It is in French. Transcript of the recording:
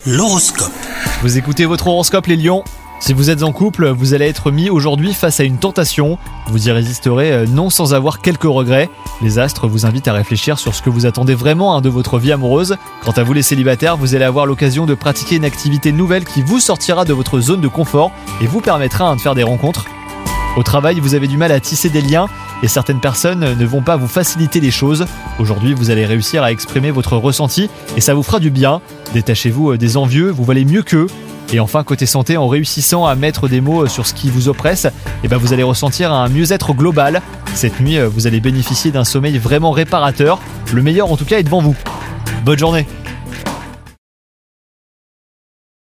L'horoscope. Vous écoutez votre horoscope les lions. Si vous êtes en couple, vous allez être mis aujourd'hui face à une tentation. Vous y résisterez non sans avoir quelques regrets. Les astres vous invitent à réfléchir sur ce que vous attendez vraiment de votre vie amoureuse. Quant à vous les célibataires, vous allez avoir l'occasion de pratiquer une activité nouvelle qui vous sortira de votre zone de confort et vous permettra de faire des rencontres. Au travail, vous avez du mal à tisser des liens et certaines personnes ne vont pas vous faciliter les choses. Aujourd'hui, vous allez réussir à exprimer votre ressenti et ça vous fera du bien. Détachez-vous des envieux, vous valez mieux qu'eux. Et enfin, côté santé, en réussissant à mettre des mots sur ce qui vous oppresse, vous allez ressentir un mieux-être global. Cette nuit, vous allez bénéficier d'un sommeil vraiment réparateur. Le meilleur en tout cas est devant vous. Bonne journée!